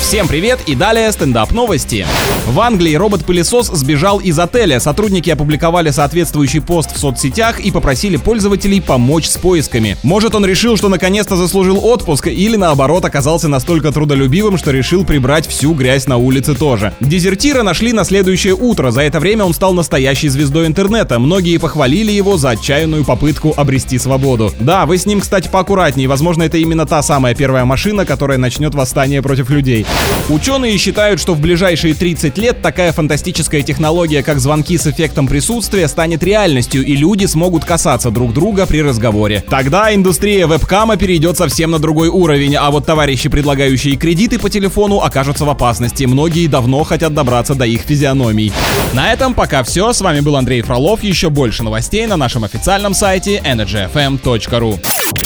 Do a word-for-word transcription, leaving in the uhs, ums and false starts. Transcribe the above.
Всем привет и далее стендап новости. В Англии робот-пылесос сбежал из отеля. Сотрудники опубликовали соответствующий пост в соцсетях и попросили пользователей помочь с поисками. Может, он решил, что наконец-то заслужил отпуск, или наоборот оказался настолько трудолюбивым, что решил прибрать всю грязь на улице тоже. Дезертира нашли на следующее утро. За это время он стал настоящей звездой интернета. Многие похвалили его за отчаянную попытку обрести свободу. Да, вы с ним, кстати, поаккуратнее. Возможно, это именно та самая первая машина, которая начнет восстание против людей. Ученые считают, что в ближайшие тридцать лет такая фантастическая технология, как звонки с эффектом присутствия, станет реальностью, и люди смогут касаться друг друга при разговоре. Тогда индустрия вебкама перейдет совсем на другой уровень, а вот товарищи, предлагающие кредиты по телефону, окажутся в опасности. Многие давно хотят добраться до их физиономий. На этом пока все. С вами был Андрей Фролов. Еще больше новостей на нашем официальном сайте энерджи эф эм точка ру.